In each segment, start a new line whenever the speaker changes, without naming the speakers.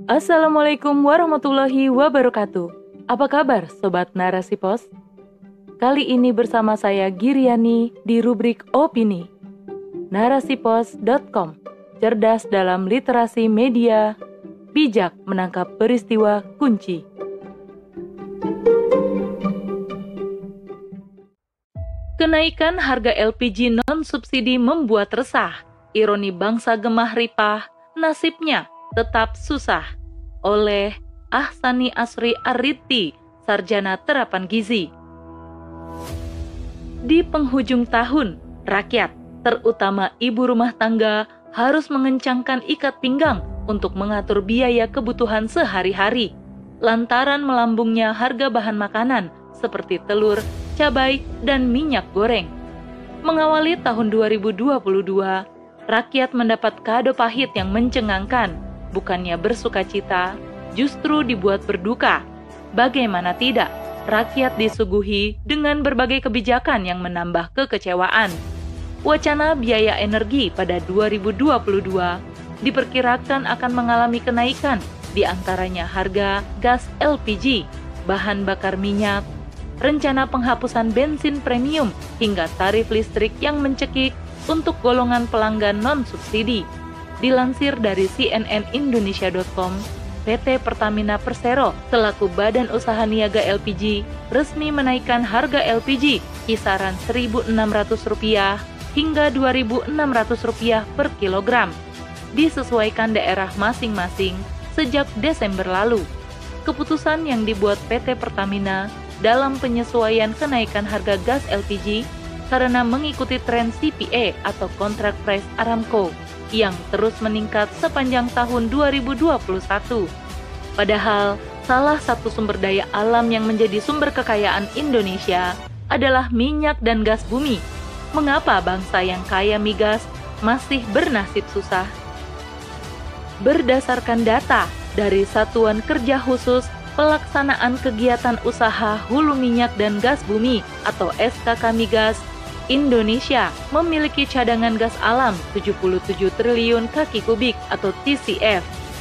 Assalamualaikum warahmatullahi wabarakatuh. Apa kabar Sobat Narasi Pos? Kali ini bersama saya Giriani di rubrik Opini. Narasipos.com, cerdas dalam literasi media, bijak menangkap peristiwa kunci. Kenaikan harga LPG non-subsidi membuat resah. Ironi bangsa gemah ripah, nasibnya tetap susah. Oleh Ahsani Asri Ariti, Sarjana Terapan Gizi. Di penghujung tahun, rakyat, terutama ibu rumah tangga, harus mengencangkan ikat pinggang untuk mengatur biaya kebutuhan sehari-hari, lantaran melambungnya harga bahan makanan seperti telur, cabai, dan minyak goreng. Mengawali tahun 2022, rakyat mendapat kado pahit yang mencengangkan. Bukannya bersukacita, justru dibuat berduka. Bagaimana tidak, rakyat disuguhi dengan berbagai kebijakan yang menambah kekecewaan. Wacana biaya energi pada 2022 diperkirakan akan mengalami kenaikan, di antaranya harga gas LPG, bahan bakar minyak, rencana penghapusan bensin premium, hingga tarif listrik yang mencekik untuk golongan pelanggan non-subsidi. Dilansir dari cnnindonesia.com, PT Pertamina Persero selaku Badan Usaha Niaga LPG resmi menaikkan harga LPG kisaran Rp1.600 hingga Rp2.600 per kilogram, disesuaikan daerah masing-masing sejak Desember lalu. Keputusan yang dibuat PT Pertamina dalam penyesuaian kenaikan harga gas LPG karena mengikuti tren CPA atau Contract Price Aramco yang terus meningkat sepanjang tahun 2021. Padahal, salah satu sumber daya alam yang menjadi sumber kekayaan Indonesia adalah minyak dan gas bumi. Mengapa bangsa yang kaya migas masih bernasib susah? Berdasarkan data dari Satuan Kerja Khusus Pelaksanaan Kegiatan Usaha Hulu Minyak dan Gas Bumi atau SKK Migas, Indonesia memiliki cadangan gas alam 77 triliun kaki kubik atau TCF.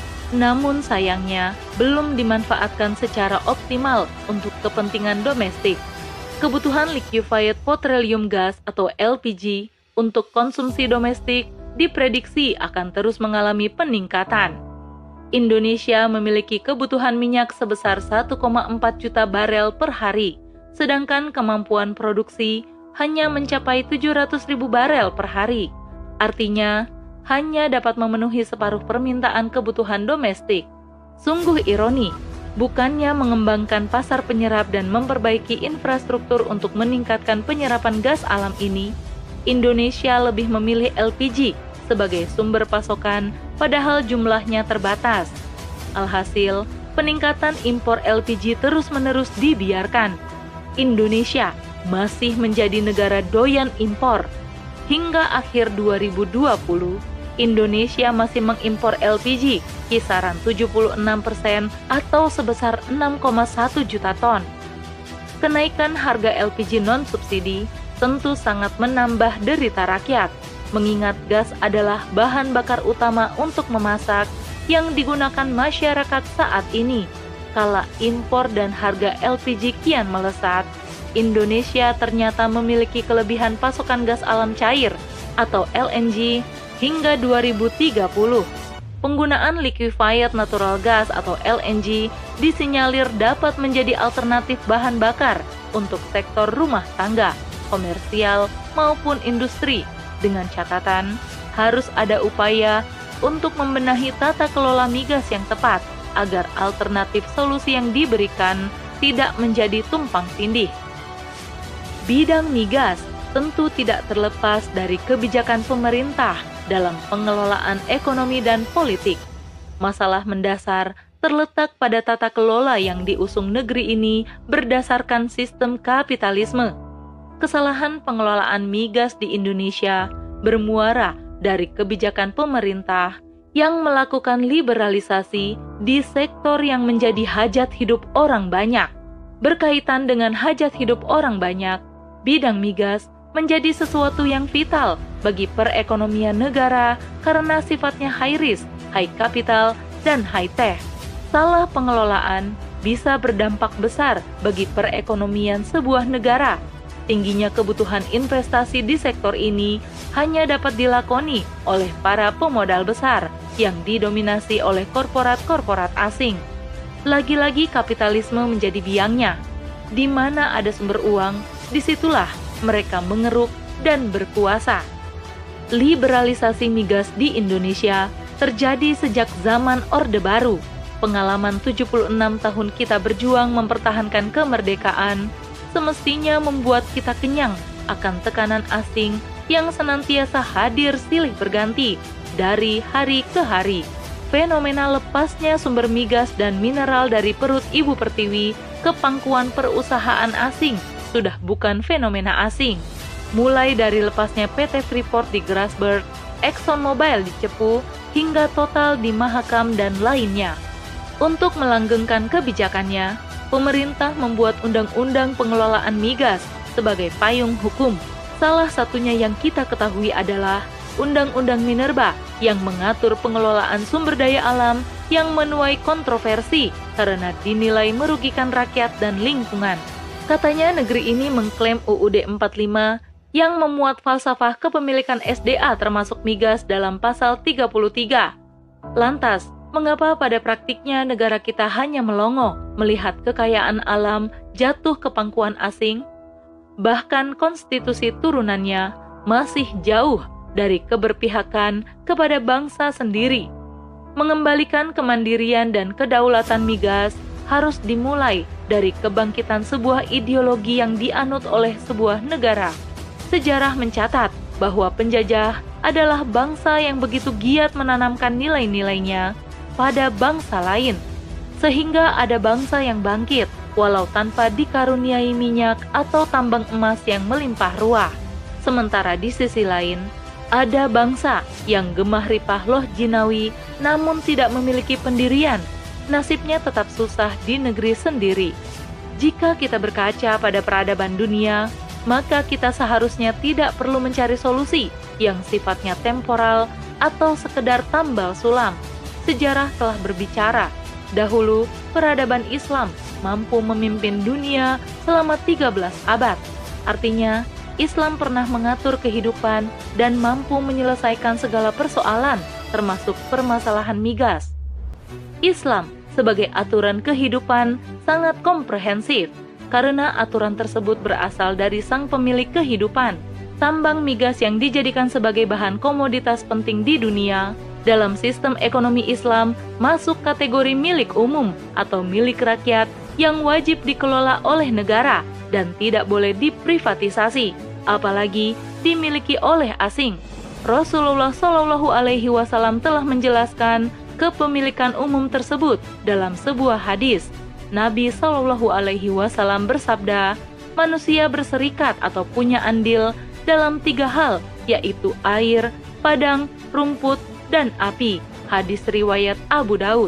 Namun sayangnya belum dimanfaatkan secara optimal untuk kepentingan domestik. Kebutuhan liquefied petroleum gas atau LPG untuk konsumsi domestik diprediksi akan terus mengalami peningkatan. Indonesia memiliki kebutuhan minyak sebesar 1,4 juta barel per hari, sedangkan kemampuan produksi hanya mencapai 700.000 barel per hari. Artinya, hanya dapat memenuhi separuh permintaan kebutuhan domestik. Sungguh ironi, bukannya mengembangkan pasar penyerap dan memperbaiki infrastruktur untuk meningkatkan penyerapan gas alam ini, Indonesia lebih memilih LPG sebagai sumber pasokan, padahal jumlahnya terbatas. Alhasil, peningkatan impor LPG terus-menerus dibiarkan. Indonesia masih menjadi negara doyan impor. Hingga akhir 2020, Indonesia masih mengimpor LPG kisaran 76% atau sebesar 6,1 juta ton. Kenaikan harga LPG non-subsidi tentu sangat menambah derita rakyat, mengingat gas adalah bahan bakar utama untuk memasak yang digunakan masyarakat saat ini. Kala impor dan harga LPG kian melesat, Indonesia ternyata memiliki kelebihan pasokan gas alam cair atau LNG hingga 2030. Penggunaan liquefied natural gas atau LNG disinyalir dapat menjadi alternatif bahan bakar untuk sektor rumah tangga, komersial maupun industri, dengan catatan harus ada upaya untuk membenahi tata kelola migas yang tepat agar alternatif solusi yang diberikan tidak menjadi tumpang tindih. Bidang migas tentu tidak terlepas dari kebijakan pemerintah dalam pengelolaan ekonomi dan politik. Masalah mendasar terletak pada tata kelola yang diusung negeri ini berdasarkan sistem kapitalisme. Kesalahan pengelolaan migas di Indonesia bermuara dari kebijakan pemerintah yang melakukan liberalisasi di sektor yang menjadi hajat hidup orang banyak. Berkaitan dengan hajat hidup orang banyak, bidang migas menjadi sesuatu yang vital bagi perekonomian negara karena sifatnya high risk, high capital, dan high tech. Salah pengelolaan bisa berdampak besar bagi perekonomian sebuah negara. Tingginya kebutuhan investasi di sektor ini hanya dapat dilakoni oleh para pemodal besar yang didominasi oleh korporat-korporat asing. Lagi-lagi kapitalisme menjadi biangnya. Di mana ada sumber uang, disitulah mereka mengeruk dan berkuasa. Liberalisasi migas di Indonesia terjadi sejak zaman Orde Baru. Pengalaman 76 tahun kita berjuang mempertahankan kemerdekaan semestinya membuat kita kenyang akan tekanan asing yang senantiasa hadir silih berganti dari hari ke hari. Fenomena lepasnya sumber migas dan mineral dari perut Ibu Pertiwi ke pangkuan perusahaan asing sudah bukan fenomena asing. Mulai dari lepasnya PT Freeport di Grasberg, ExxonMobil di Cepu, hingga Total di Mahakam dan lainnya. Untuk melanggengkan kebijakannya, pemerintah membuat undang-undang pengelolaan migas sebagai payung hukum. Salah satunya yang kita ketahui adalah Undang-Undang Minerba yang mengatur pengelolaan sumber daya alam yang menuai kontroversi karena dinilai merugikan rakyat dan lingkungan. Katanya negeri ini mengklaim UUD 45 yang memuat falsafah kepemilikan SDA termasuk migas dalam pasal 33. Lantas, mengapa pada praktiknya negara kita hanya melongo melihat kekayaan alam jatuh ke pangkuan asing? Bahkan konstitusi turunannya masih jauh dari keberpihakan kepada bangsa sendiri. Mengembalikan kemandirian dan kedaulatan migas harus dimulai dari kebangkitan sebuah ideologi yang dianut oleh sebuah negara. Sejarah mencatat bahwa penjajah adalah bangsa yang begitu giat menanamkan nilai-nilainya pada bangsa lain, sehingga ada bangsa yang bangkit walau tanpa dikaruniai minyak atau tambang emas yang melimpah ruah. Sementara di sisi lain, ada bangsa yang gemah ripah loh jinawi namun tidak memiliki pendirian, nasibnya tetap susah di negeri sendiri. Jika kita berkaca pada peradaban dunia, maka kita seharusnya tidak perlu mencari solusi yang sifatnya temporal atau sekedar tambal sulam. Sejarah telah berbicara. Dahulu, peradaban Islam mampu memimpin dunia selama 13 abad. Artinya, Islam pernah mengatur kehidupan dan mampu menyelesaikan segala persoalan, termasuk permasalahan migas. Islam sebagai aturan kehidupan sangat komprehensif, karena aturan tersebut berasal dari sang pemilik kehidupan. Tambang migas yang dijadikan sebagai bahan komoditas penting di dunia, dalam sistem ekonomi Islam masuk kategori milik umum atau milik rakyat yang wajib dikelola oleh negara dan tidak boleh diprivatisasi, apalagi dimiliki oleh asing. Rasulullah Shallallahu Alaihi Wasallam telah menjelaskan kepemilikan umum tersebut dalam sebuah hadis. Nabi Shallallahu Alaihi Wasallam bersabda, manusia berserikat atau punya andil dalam 3 hal, yaitu air, padang, rumput, dan api. Hadis riwayat Abu Daud.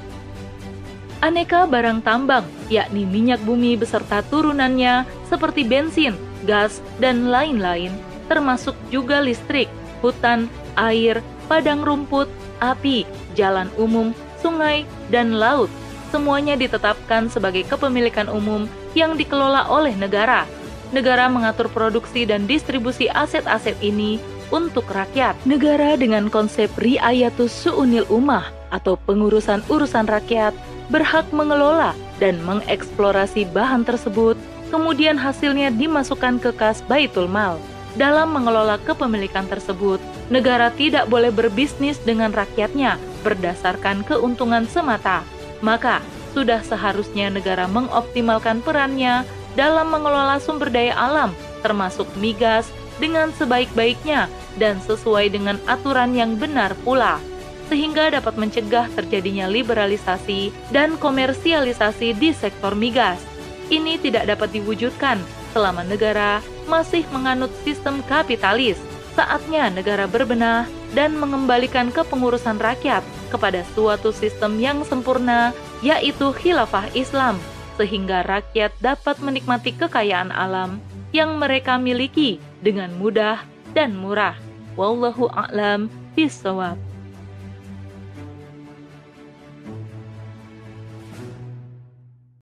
Aneka barang tambang, yakni minyak bumi beserta turunannya seperti bensin, gas, dan lain-lain, termasuk juga listrik, hutan, air, padang rumput, api, jalan umum, sungai, dan laut. Semuanya ditetapkan sebagai kepemilikan umum yang dikelola oleh negara. Negara mengatur produksi dan distribusi aset-aset ini untuk rakyat. Negara dengan konsep riayatus su'unil ummah atau pengurusan urusan rakyat berhak mengelola dan mengeksplorasi bahan tersebut, kemudian hasilnya dimasukkan ke kas Baitul Mal. Dalam mengelola kepemilikan tersebut, negara tidak boleh berbisnis dengan rakyatnya berdasarkan keuntungan semata. Maka, sudah seharusnya negara mengoptimalkan perannya dalam mengelola sumber daya alam, termasuk migas, dengan sebaik-baiknya dan sesuai dengan aturan yang benar pula, sehingga dapat mencegah terjadinya liberalisasi dan komersialisasi di sektor migas. Ini tidak dapat diwujudkan selama negara masih menganut sistem kapitalis. Saatnya negara berbenah dan mengembalikan kepengurusan rakyat kepada suatu sistem yang sempurna, yaitu khilafah Islam, sehingga rakyat dapat menikmati kekayaan alam yang mereka miliki dengan mudah dan murah. Wallahu a'lam bishawab.